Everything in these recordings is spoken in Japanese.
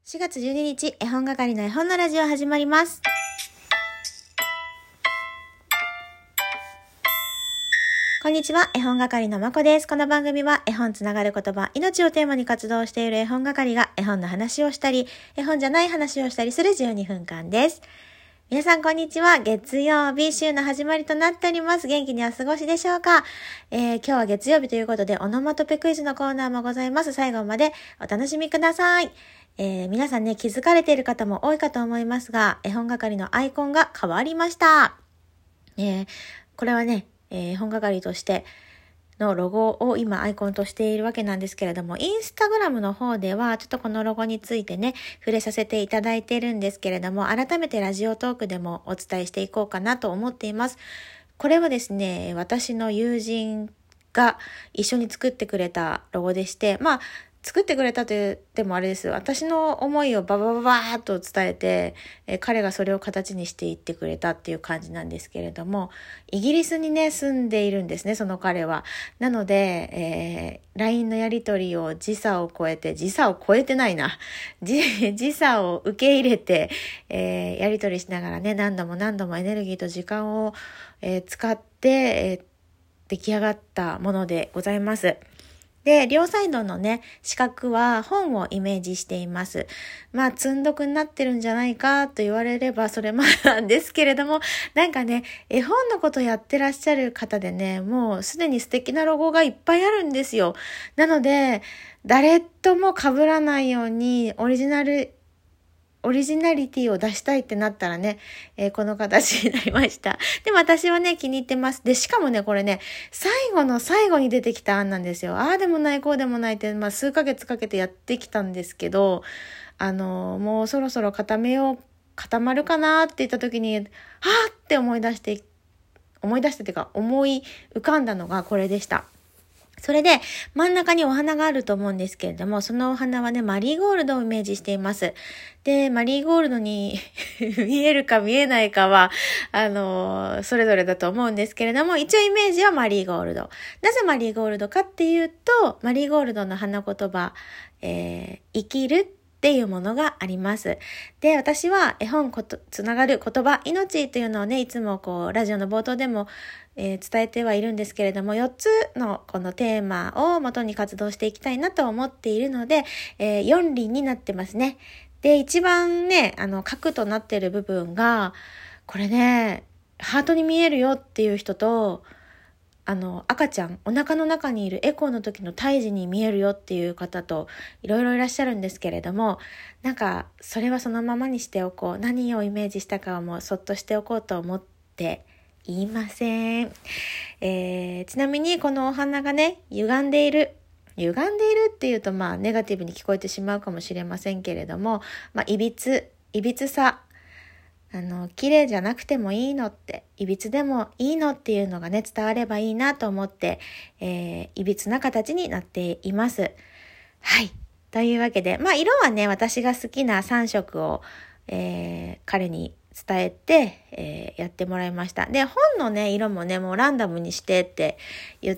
4月12日、絵本係の絵本のラジオ始まります。こんにちは、絵本係のまこです。この番組は絵本つながる言葉、命をテーマに活動している絵本係が絵本の話をしたり、絵本じゃない話をしたりする12分間です。皆さんこんにちは。月曜日、週の始まりとなっております。元気にお過ごしでしょうか？今日は月曜日ということで、オノマトペクイズのコーナーもございます。最後までお楽しみください。皆さんね、気づかれている方も多いかと思いますが、絵本係のアイコンが変わりました。これはね、絵本係としてのロゴを今アイコンとしているわけなんですけれども、インスタグラムの方ではちょっとこのロゴについてね、触れさせていただいているんですけれども、改めてラジオトークでもお伝えしていこうかなと思っています。これはですね、私の友人が一緒に作ってくれたロゴでして、作ってくれたと言ってもあれです。私の思いをバーっと伝えて、彼がそれを形にしていってくれたっていう感じなんですけれども、イギリスにね、住んでいるんですね、その彼は。なので、LINE のやり取りを時差を超えてないな。時差を受け入れて、やり取りしながらね、何度もエネルギーと時間を、使って、出来上がったものでございます。で、両サイドのね、四角は本をイメージしています。積んどくになってるんじゃないかと言われればそれなんですけれども、なんかね、絵本のことやってらっしゃる方でね、もうすでに素敵なロゴがいっぱいあるんですよ。なので、誰とも被らないようにオリジナリティを出したいってなったらね、この形になりました。でも私はね、気に入ってます。で、しかもね、これね、最後の最後に出てきた案なんですよ。ああでもない、こうでもないって、数ヶ月かけてやってきたんですけど、もうそろそろ固まるかなって言った時に、はぁって思い出してっていうか、思い浮かんだのがこれでした。それで真ん中にお花があると思うんですけれども、そのお花はね、マリーゴールドをイメージしています。で、マリーゴールドに見えるか見えないかは、それぞれだと思うんですけれども、一応イメージはマリーゴールド。なぜマリーゴールドかっていうと、マリーゴールドの花言葉、生きるっていうものがあります。で、私は絵本つながる言葉、命というのをね、いつもラジオの冒頭でも、伝えてはいるんですけれども、4つのこのテーマを元に活動していきたいなと思っているので、4輪になってますね。で、一番ね、核となっている部分が、これね、ハートに見えるよっていう人と、赤ちゃん、お腹の中にいるエコーの時の胎児に見えるよっていう方といろいろいらっしゃるんですけれども、なんかそれはそのままにしておこう。何をイメージしたかはもうそっとしておこうと思っていません。ちなみにこのお花がね、歪んでいるっていうとネガティブに聞こえてしまうかもしれませんけれども、いびつさ、綺麗じゃなくてもいいのって、いびつでもいいのっていうのがね、伝わればいいなと思って、いびつな形になっています。はい。というわけで、色はね、私が好きな3色を、彼に伝えて、やってもらいました。で、本のね、色もね、もうランダムにしてって言って、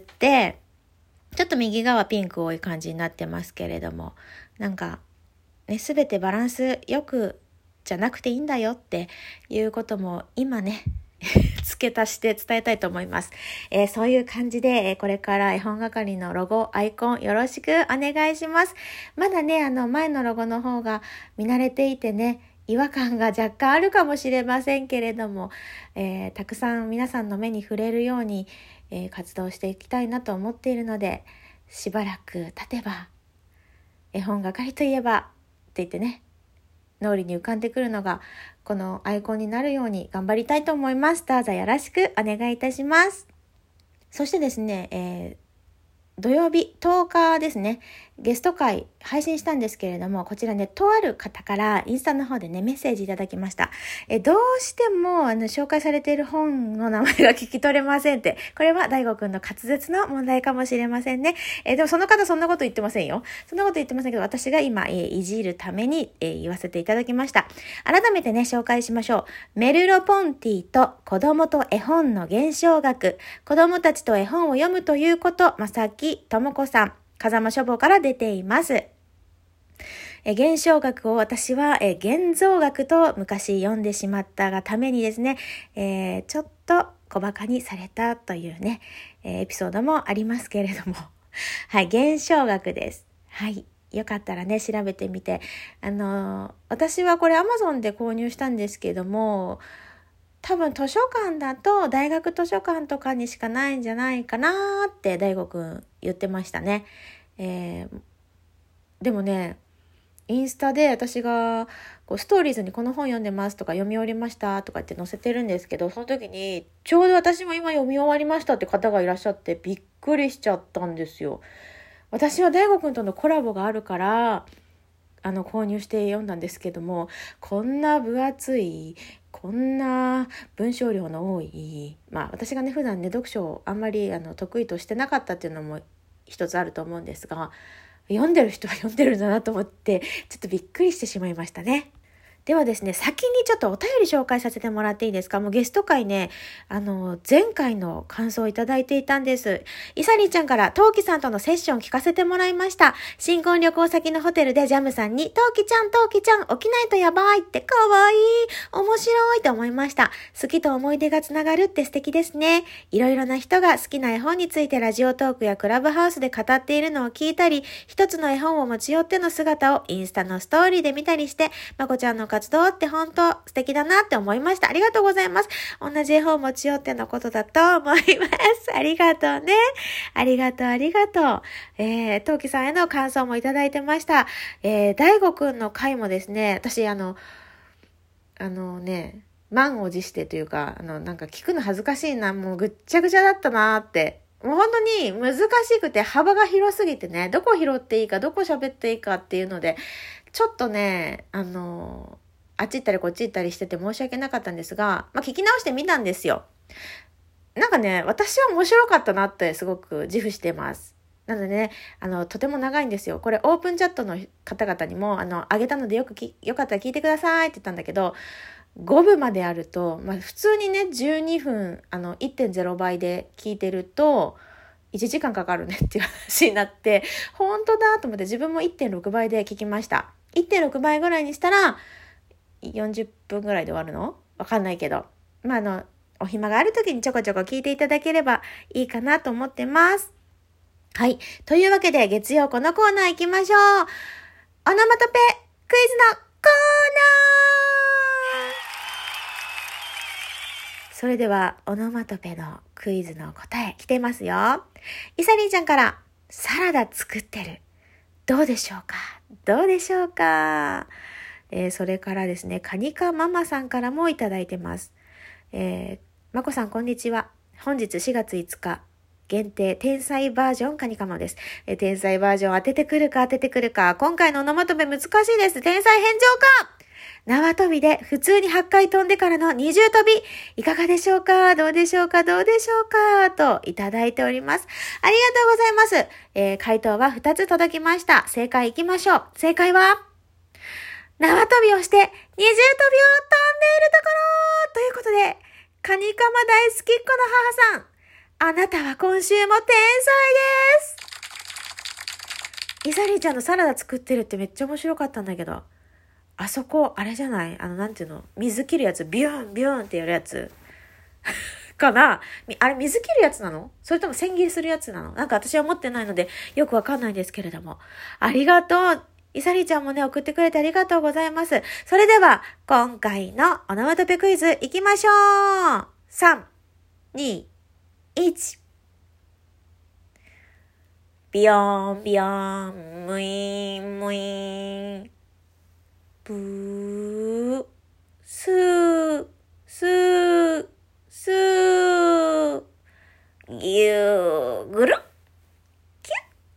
ちょっと右側ピンク多い感じになってますけれども、なんか、ね、すべてバランスよくじゃなくていいんだよっていうことも今ね付け足して伝えたいと思います。そういう感じで、これから絵本係のロゴ、アイコンよろしくお願いします。まだね、前のロゴの方が見慣れていてね、違和感が若干あるかもしれませんけれども、たくさん皆さんの目に触れるように、活動していきたいなと思っているので、しばらく経てば絵本係といえばって言ってね、脳裏に浮かんでくるのがこのアイコンになるように頑張りたいと思います。どうぞよろしくお願いいたします。そしてですね、土曜日10日ですね、ゲスト会配信したんですけれども、こちらね、とある方からインスタの方でね、メッセージいただきました。どうしても紹介されている本の名前が聞き取れませんって。これは大悟くんの滑舌の問題かもしれませんね。でもその方そんなこと言ってませんよ。そんなこと言ってませんけど、私が今、いじるために、言わせていただきました。改めてね、紹介しましょう。メルロポンティと子供と絵本の現象学。子供たちと絵本を読むということ、まさきともこさん、風間書房から出ています。 現象学を私は現像学と昔読んでしまったがためにですね、ちょっと小馬鹿にされたというね、エピソードもありますけれどもはい、現象学です。はい、よかったらね調べてみて、私はこれ Amazon で購入したんですけども、多分図書館だと大学図書館とかにしかないんじゃないかなって大悟くん言ってましたね。でもね、インスタで私がこうストーリーズにこの本読んでますとか読み終わりましたとかって載せてるんですけど、その時にちょうど私も今読み終わりましたって方がいらっしゃってびっくりしちゃったんですよ。私は大悟くんとのコラボがあるから購入して読んだんですけども、こんな分厚い、こんな文章量の多い、私がね普段ね読書をあんまり得意としてなかったっていうのも一つあると思うんですが、読んでる人は読んでるんだなと思ってちょっとびっくりしてしまいましたね。ではですね、先にちょっとお便り紹介させてもらっていいですか？もうゲスト会ね、前回の感想をいただいていたんです。イサリーちゃんからトウキさんとのセッション聞かせてもらいました。新婚旅行先のホテルでジャムさんに、トウキちゃん起きないとやばいってかわいい、面白いと思いました。好きと思い出がつながるって素敵ですね。いろいろな人が好きな絵本についてラジオトークやクラブハウスで語っているのを聞いたり、一つの絵本を持ち寄っての姿をインスタのストーリーで見たりして、まこちゃんの活動って本当素敵だなって思いました。ありがとうございます。同じ絵本持ち寄ってのことだと思います。ありがとうね。ありがとう。トウキさんへの感想もいただいてました。大悟くんの回もですね、私満を持してというか、なんか聞くの恥ずかしいな、もうぐっちゃぐちゃだったなーって。もう本当に難しくて幅が広すぎてね、どこ拾っていいか、どこ喋っていいかっていうので、ちょっとね、あっち行ったりこっち行ったりしてて申し訳なかったんですが、聞き直してみたんですよ。なんかね、私は面白かったなってすごく自負してます。なのでね、とても長いんですよ。これオープンチャットの方々にも、あげたのでよかったら聞いてくださいって言ったんだけど、5部まであると、普通にね、12分、1.0 倍で聞いてると、1時間かかるねっていう話になって、本当だと思って自分も 1.6 倍で聞きました。1.6 倍ぐらいにしたら、40分ぐらいで終わるの？わかんないけど。お暇がある時にちょこちょこ聞いていただければいいかなと思ってます。はい。というわけで、月曜このコーナー行きましょう。オノマトペクイズのコーナー。それでは、オノマトペのクイズの答え来てますよ。イサリーちゃんから、サラダ作ってる。どうでしょうか？それからですね、カニカママさんからもいただいてます。まこさんこんにちは。本日4月5日限定天才バージョンカニカマです。天才バージョン当ててくるか。今回のオノマトペ難しいです。天才返上か。縄跳びで普通に8回飛んでからの二重跳びいかがでしょうか？どうでしょうかといただいております。ありがとうございます。回答は2つ届きました。正解いきましょう。正解は縄跳びをして二重跳びを飛んでいるところということで、カニカマ大好きっ子の母さん、あなたは今週も天才です。イサリーちゃんのサラダ作ってるってめっちゃ面白かったんだけど、あそこ、あれじゃない？なんていうの？水切るやつ、ビューンってやるやつかな？あれ水切るやつなの？それとも千切りするやつなの？なんか私は持ってないのでよくわかんないんですけれども。ありがとう。イサリーちゃんもね、送ってくれてありがとうございます。それでは、今回のオノマトペクイズ行きましょう。3、2、1。ビヨーン、ビヨーン、ムイーン、ムイーン。ブー、スー、スー、スー。ギュー、ぐるっ、キュッ。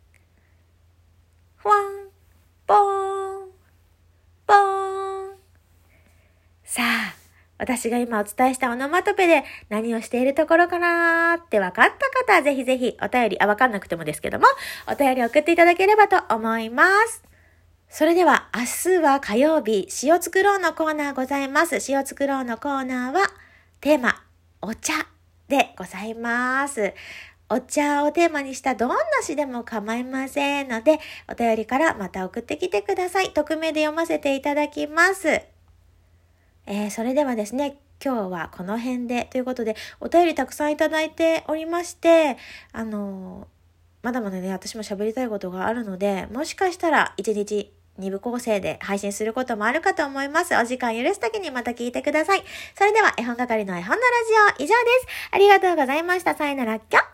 フワン。ボーン、ボーン。さあ、私が今お伝えしたオノマトペで何をしているところかなーって分かった方はぜひぜひお便り、分かんなくてもですけども、お便り送っていただければと思います。それでは明日は火曜日、詩を作ろうのコーナーございます。詩を作ろうのコーナーはテーマ、お茶でございます。 お茶をテーマにしたどんな詩でも構いませんので、お便りからまた送ってきてください。匿名で読ませていただきます。それではですね、今日はこの辺でということで、お便りたくさんいただいておりまして、まだまだね、私も喋りたいことがあるので、もしかしたら1日2部構成で配信することもあるかと思います。お時間許すときにまた聞いてください。それでは絵本係の絵本のラジオ以上です。ありがとうございました。さよならっきょ。